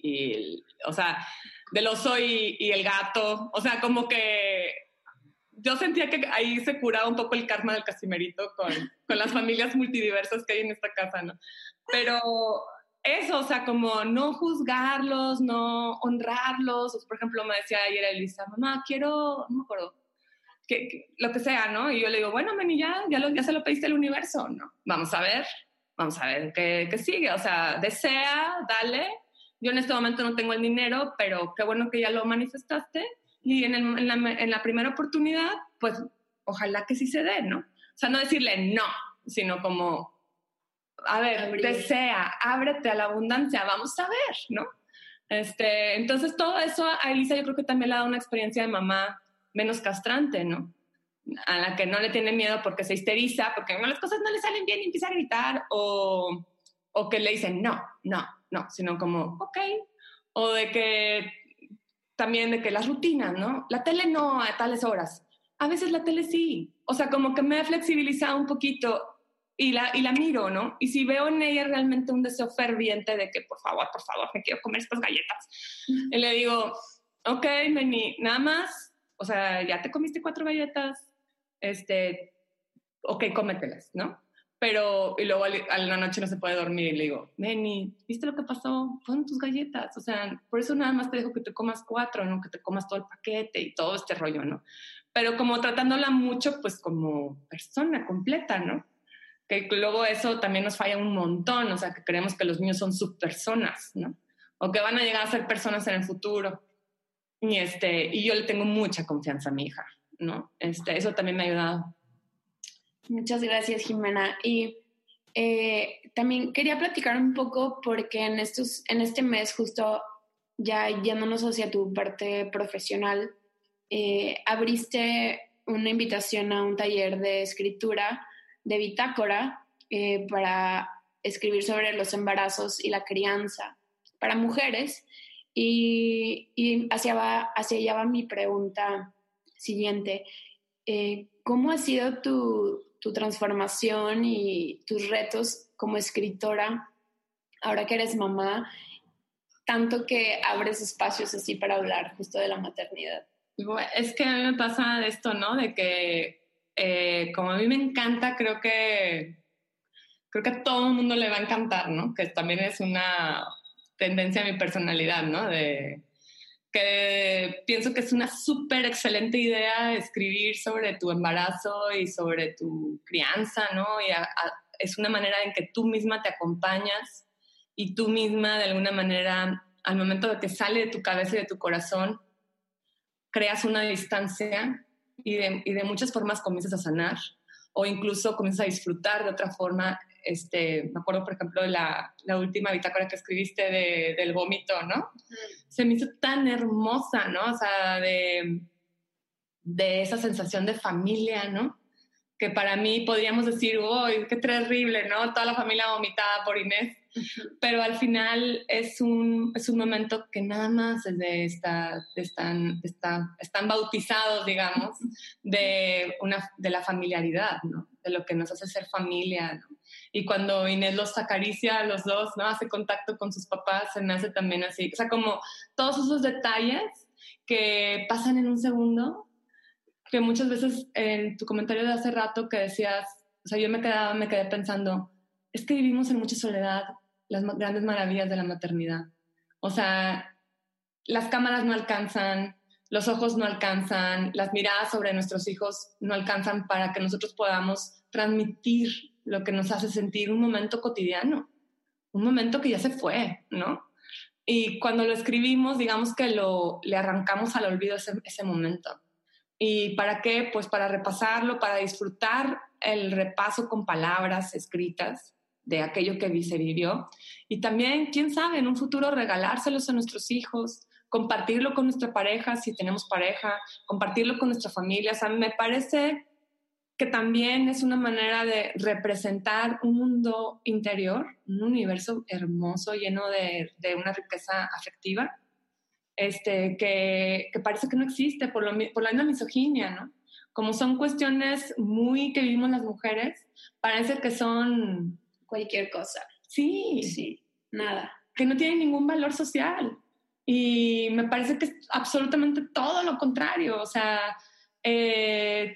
o sea, del oso y el gato. O sea, como que yo sentía que ahí se curaba un poco el karma del casimerito con las familias multidiversas que hay en esta casa, ¿no? Pero eso, o sea, como no juzgarlos, no honrarlos. Por ejemplo, me decía ayer Elisa, mamá, no me acuerdo, lo que sea, ¿no? Y yo le digo, bueno, Meni, ya se lo pediste al universo, ¿no? Vamos a ver qué sigue. O sea, desea, dale. Yo en este momento no tengo el dinero, pero qué bueno que ya lo manifestaste. Y en la primera oportunidad, pues, ojalá que sí se dé, ¿no? O sea, no decirle no, sino como, a ver, desea, ábrete a la abundancia, vamos a ver, ¿no? Entonces, todo eso a Elisa yo creo que también le da una experiencia de mamá menos castrante, ¿no? A la que no le tiene miedo porque se histeriza, porque las cosas no le salen bien y empieza a gritar, o que le dicen no, sino como, ok, o de que también de que las rutinas, ¿no? La tele no a tales horas, a veces la tele sí, o sea, como que me he flexibilizado un poquito y la miro, ¿no? Y si veo en ella realmente un deseo ferviente de que por favor, me quiero comer estas galletas, y le digo, ok, Meni, nada más, o sea, ya te comiste 4 galletas, ok, cómetelas, ¿no? pero y luego a la noche no se puede dormir y le digo, Neni, ¿viste lo que pasó? Fueron tus galletas, o sea, por eso nada más te dejo que te comas 4, no que te comas todo el paquete y todo este rollo, ¿no? Pero como tratándola mucho, pues como persona completa, ¿no? Que luego eso también nos falla un montón, o sea, que creemos que los niños son subpersonas, ¿no? O que van a llegar a ser personas en el futuro. Y yo le tengo mucha confianza a mi hija, ¿no? Eso también me ha ayudado. Muchas gracias, Jimena. Y también quería platicar un poco porque en este mes, justo ya yéndonos hacia tu parte profesional, abriste una invitación a un taller de escritura de bitácora para escribir sobre los embarazos y la crianza para mujeres. Y hacia allá va mi pregunta siguiente. ¿Cómo ha sido tu transformación y tus retos como escritora ahora que eres mamá, tanto que abres espacios así para hablar justo de la maternidad? Es que a mí me pasa esto, ¿no? De que como a mí me encanta, creo que a todo el mundo le va a encantar, ¿no? Que también es una tendencia a mi personalidad, ¿no? De que pienso que es una súper excelente idea escribir sobre tu embarazo y sobre tu crianza, ¿no? Y es una manera en que tú misma te acompañas y tú misma, de alguna manera, al momento de que sale de tu cabeza y de tu corazón, creas una distancia y de muchas formas comienzas a sanar o incluso comienzas a disfrutar de otra forma. Me acuerdo, por ejemplo, de la última bitácora que escribiste del vómito, ¿no? Se me hizo tan hermosa, ¿no? O sea, de esa sensación de familia, ¿no? Que para mí podríamos decir, ¡uy, qué terrible!, ¿no? Toda la familia vomitada por Inés. Pero al final es un momento que nada más están bautizados, digamos, de la familiaridad, ¿no? De lo que nos hace ser familia, ¿no? Y cuando Inés los acaricia a los dos, ¿no? Hace contacto con sus papás, se me hace también así. O sea, como todos esos detalles que pasan en un segundo, que muchas veces en tu comentario de hace rato que decías, o sea, yo me quedé pensando, es que vivimos en mucha soledad las grandes maravillas de la maternidad. O sea, las cámaras no alcanzan, los ojos no alcanzan, las miradas sobre nuestros hijos no alcanzan para que nosotros podamos transmitir lo que nos hace sentir un momento cotidiano, un momento que ya se fue, ¿no? Y cuando lo escribimos, digamos que le arrancamos al olvido ese momento. ¿Y para qué? Pues para repasarlo, para disfrutar el repaso con palabras escritas de aquello que se vivió. Y también, quién sabe, en un futuro regalárselos a nuestros hijos, compartirlo con nuestra pareja, si tenemos pareja, compartirlo con nuestra familia. O sea, me parece que también es una manera de representar un mundo interior, un universo hermoso, lleno de una riqueza afectiva, que parece que no existe por la misma misoginia, ¿no? Como son cuestiones muy que vivimos las mujeres, parece que son cualquier cosa. Sí, nada. Que no tienen ningún valor social. Y me parece que es absolutamente todo lo contrario. O sea, de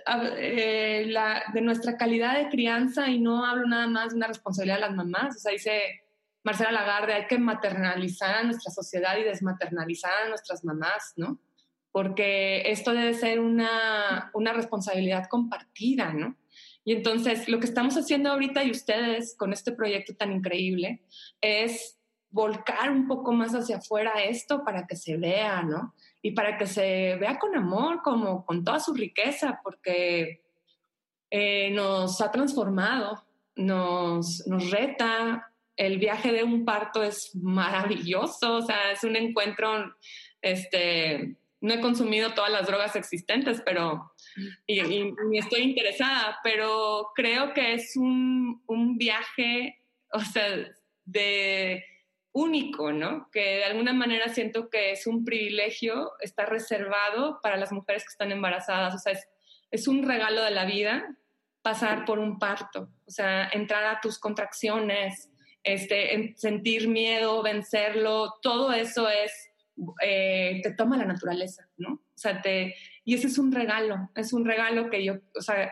nuestra calidad de crianza, y no hablo nada más de una responsabilidad de las mamás, o sea, dice Marcela Lagarde, hay que maternalizar a nuestra sociedad y desmaternalizar a nuestras mamás, ¿no? Porque esto debe ser una responsabilidad compartida, ¿no? Y entonces lo que estamos haciendo ahorita y ustedes con este proyecto tan increíble es volcar un poco más hacia afuera esto para que se vea, ¿no? Y para que se vea con amor, como con toda su riqueza, porque nos ha transformado, nos reta. El viaje de un parto es maravilloso, o sea, es un encuentro, no he consumido todas las drogas existentes, pero y estoy interesada, pero creo que es un viaje, o sea, único, ¿no? Que de alguna manera siento que es un privilegio, está reservado para las mujeres que están embarazadas, o sea, es un regalo de la vida pasar por un parto, o sea, entrar a tus contracciones, sentir miedo, vencerlo, todo eso te toma la naturaleza, ¿no? O sea, y ese es un regalo que yo, o sea,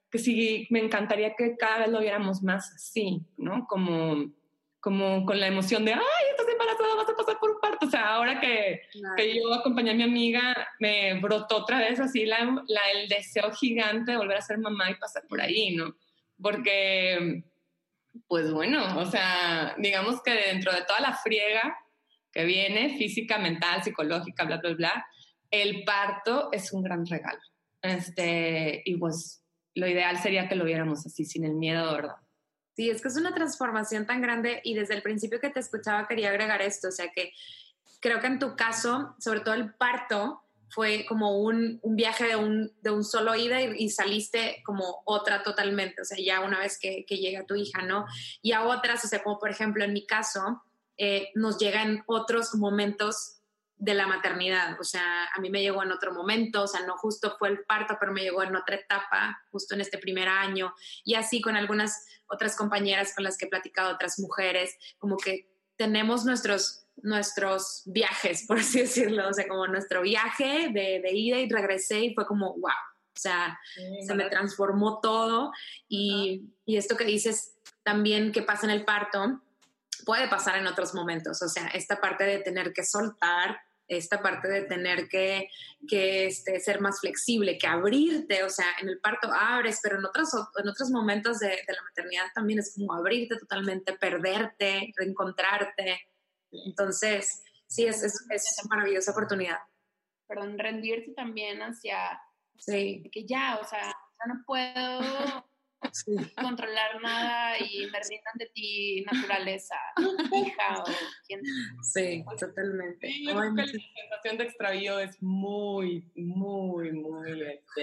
sí, me encantaría que cada vez lo viéramos más así, ¿no? Como con la emoción de, ¡ay, estás embarazada, vas a pasar por un parto! O sea, ahora que yo acompañé a mi amiga, me brotó otra vez así el deseo gigante de volver a ser mamá y pasar por ahí, ¿no? Porque, pues bueno, o sea, digamos que dentro de toda la friega que viene, física, mental, psicológica, bla, bla, bla, el parto es un gran regalo. Y pues lo ideal sería que lo viéramos así, sin el miedo, ¿verdad? Sí, es que es una transformación tan grande y desde el principio que te escuchaba quería agregar esto, o sea que creo que en tu caso, sobre todo el parto, fue como un viaje de un solo ida y saliste como otra totalmente, o sea, ya una vez que llega tu hija, ¿no? Y a otras, o sea, como por ejemplo en mi caso, nos llegan otros momentos de la maternidad, o sea, a mí me llegó en otro momento, o sea, no justo fue el parto, pero me llegó en otra etapa, justo en este primer año, y así con algunas otras compañeras con las que he platicado, otras mujeres, como que tenemos nuestros viajes, por así decirlo, o sea, como nuestro viaje de ida y regresé y fue como, wow, o sea, se me transformó todo y esto que dices también que pasa en el parto, puede pasar en otros momentos, o sea, esta parte de tener que soltar, esta parte de tener que ser más flexible, que abrirte, o sea, en el parto abres, pero en otros momentos de la maternidad también es como abrirte totalmente, perderte, reencontrarte. Entonces, sí, es una maravillosa oportunidad. Perdón, rendirte también hacia que ya, o sea, ya no puedo controlar nada y me rindan de ti, naturaleza, hija o quien. Sí, totalmente. Sí, yo creo que la sensación de extravío es muy, muy, muy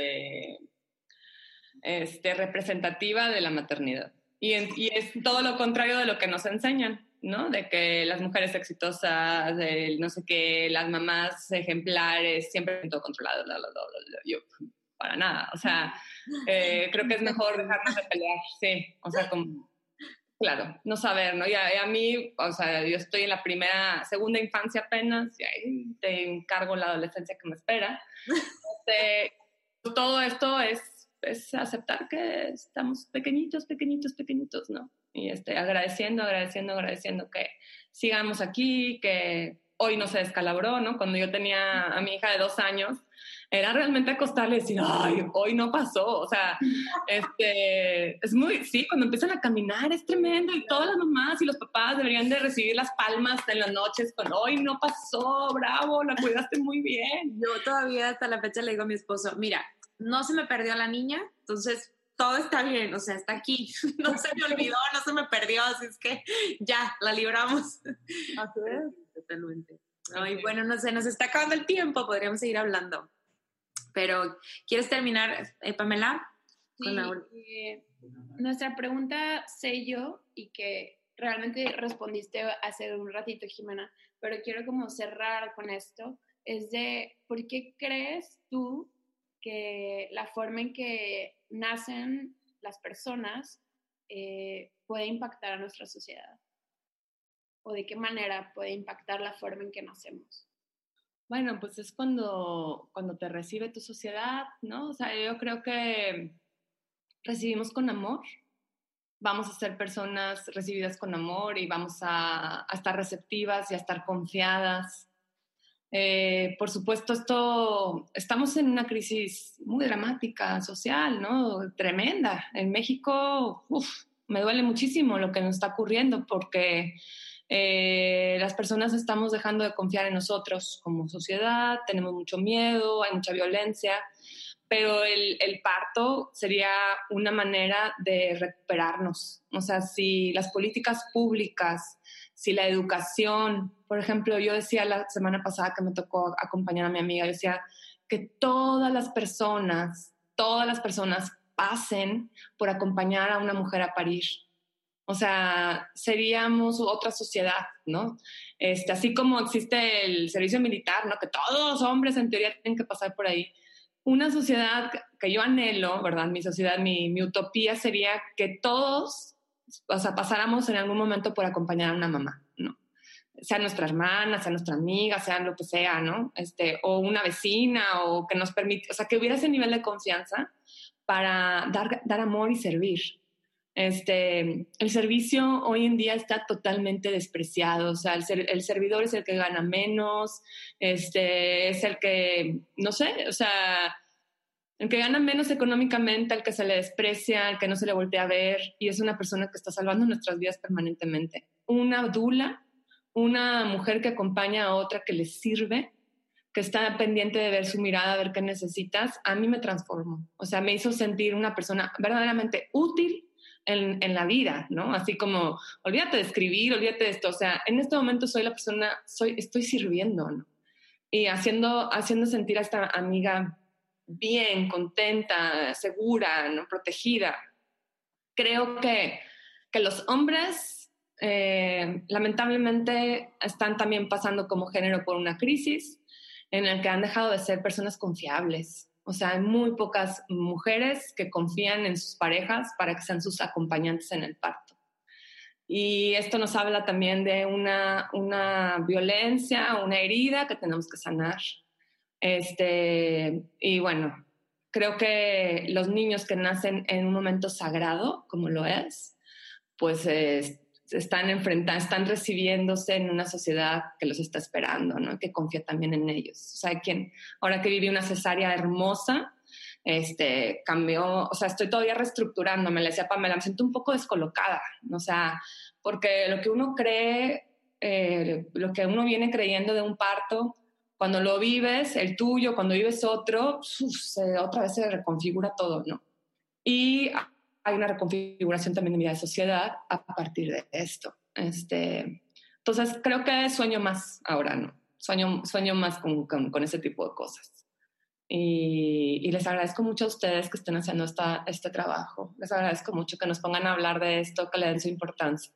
representativa de la maternidad. Y es todo lo contrario de lo que nos enseñan, ¿no? De que las mujeres exitosas, no sé qué, las mamás ejemplares, siempre todo controlado, yo, para nada. O sea, creo que es mejor dejarnos de pelear, sí. O sea, como, claro, no saber, ¿no? Y a mí, o sea, yo estoy en la segunda infancia apenas, y ahí te encargo la adolescencia que me espera. Todo esto es aceptar que estamos pequeñitos, ¿no? Y agradeciendo que sigamos aquí, que hoy no se descalabró, ¿no? Cuando yo tenía a mi hija de 2 años, era realmente acostarle y decir, ¡ay, hoy no pasó! O sea, sí, cuando empiezan a caminar es tremendo y todas las mamás y los papás deberían de recibir las palmas en las noches con, ¡hoy no pasó! ¡Bravo! La cuidaste muy bien. Yo todavía hasta la fecha le digo a mi esposo, mira, no se me perdió la niña, entonces todo está bien, o sea, está aquí, no se me olvidó, no se me perdió, así es que ya, la libramos. Así es. Totalmente. Ay, bueno, no sé, nos está acabando el tiempo, podríamos seguir hablando. Pero, ¿quieres terminar, Pamela? Sí, nuestra pregunta sé yo y que realmente respondiste hace un ratito, Jimena, pero quiero como cerrar con esto, es de, ¿por qué crees tú que la forma en que nacen las personas puede impactar a nuestra sociedad? ¿O de qué manera puede impactar la forma en que nacemos? Bueno, pues es cuando te recibe tu sociedad, ¿no? O sea, yo creo que recibimos con amor, vamos a ser personas recibidas con amor y vamos a estar receptivas y a estar confiadas. Por supuesto, estamos en una crisis muy dramática social, ¿no? Tremenda. En México, me duele muchísimo lo que nos está ocurriendo porque las personas estamos dejando de confiar en nosotros como sociedad, tenemos mucho miedo, hay mucha violencia, pero el parto sería una manera de recuperarnos. O sea, si las políticas públicas, si la educación, por ejemplo, yo decía la semana pasada que me tocó acompañar a mi amiga, decía que todas las personas pasen por acompañar a una mujer a parir. O sea, seríamos otra sociedad, ¿no? Así como existe el servicio militar, ¿no? Que todos los hombres en teoría tienen que pasar por ahí. Una sociedad que yo anhelo, ¿verdad? Mi sociedad, mi utopía sería que todos, o sea, pasáramos en algún momento por acompañar a una mamá, ¿no? Sea nuestra hermana, sea nuestra amiga, sea lo que sea, ¿no? O una vecina, o que nos permite, o sea, que hubiera ese nivel de confianza para dar amor y servir. El servicio hoy en día está totalmente despreciado, o sea, el servidor es el que gana menos, es el que, no sé, o sea, el que gana menos económicamente, al que se le desprecia, al que no se le voltea a ver, y es una persona que está salvando nuestras vidas permanentemente. Una dula, una mujer que acompaña a otra, que le sirve, que está pendiente de ver su mirada, a ver qué necesitas, a mí me transformó. O sea, me hizo sentir una persona verdaderamente útil en la vida, ¿no? Así como, olvídate de escribir, olvídate de esto. O sea, en este momento soy la persona, estoy sirviendo, ¿no? Y haciendo sentir a esta amiga bien, contenta, segura, ¿no? Protegida. Creo que los hombres, lamentablemente, están también pasando como género por una crisis en la que han dejado de ser personas confiables. O sea, hay muy pocas mujeres que confían en sus parejas para que sean sus acompañantes en el parto. Y esto nos habla también de una violencia, una herida que tenemos que sanar. Y bueno, creo que los niños que nacen en un momento sagrado, como lo es, pues están recibiéndose en una sociedad que los está esperando, ¿no? Que confía también en ellos. O sea, ahora que viví una cesárea hermosa, cambió, o sea, estoy todavía reestructurándome, le decía a Pamela, me siento un poco descolocada, o sea, porque lo que uno cree, lo que uno viene creyendo de un parto, cuando lo vives, el tuyo, cuando vives otro, otra vez se reconfigura todo, ¿no? Y hay una reconfiguración también de mi vida de sociedad a partir de esto. Entonces, creo que sueño más ahora, ¿no? Sueño más con ese tipo de cosas. Y les agradezco mucho a ustedes que estén haciendo este trabajo. Les agradezco mucho que nos pongan a hablar de esto, que le den su importancia.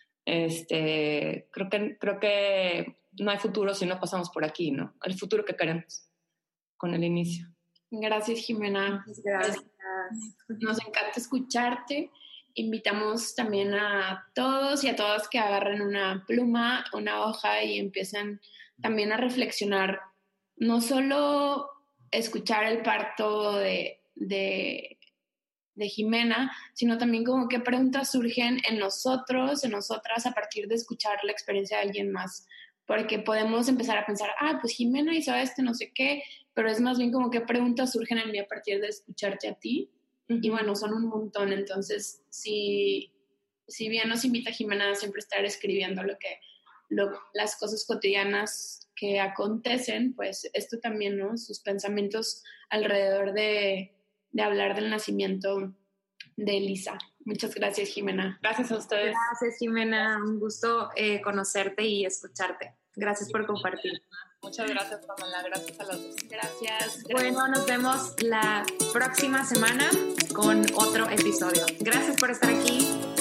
Creo que no hay futuro si no pasamos por aquí, ¿no? El futuro que queremos con el inicio. Gracias, Jimena. Gracias. Nos encanta escucharte. Invitamos también a todos y a todas que agarren una pluma, una hoja y empiecen también a reflexionar. No solo escuchar el parto de Jimena, sino también como qué preguntas surgen en nosotros, en nosotras, a partir de escuchar la experiencia de alguien más. Porque podemos empezar a pensar, pues Jimena hizo no sé qué, pero es más bien como qué preguntas surgen en mí a partir de escucharte a ti. Uh-huh. Y bueno, son un montón. Entonces, si bien nos invita Jimena a siempre estar escribiendo las cosas cotidianas que acontecen, pues esto también, ¿no? Sus pensamientos alrededor de hablar del nacimiento de Elisa. Muchas gracias, Jimena. Gracias a ustedes. Gracias, Jimena. Un gusto conocerte y escucharte. Gracias por compartir. Muchas gracias, Pamela. Gracias a los dos. Gracias. Bueno, nos vemos la próxima semana con otro episodio. Gracias por estar aquí.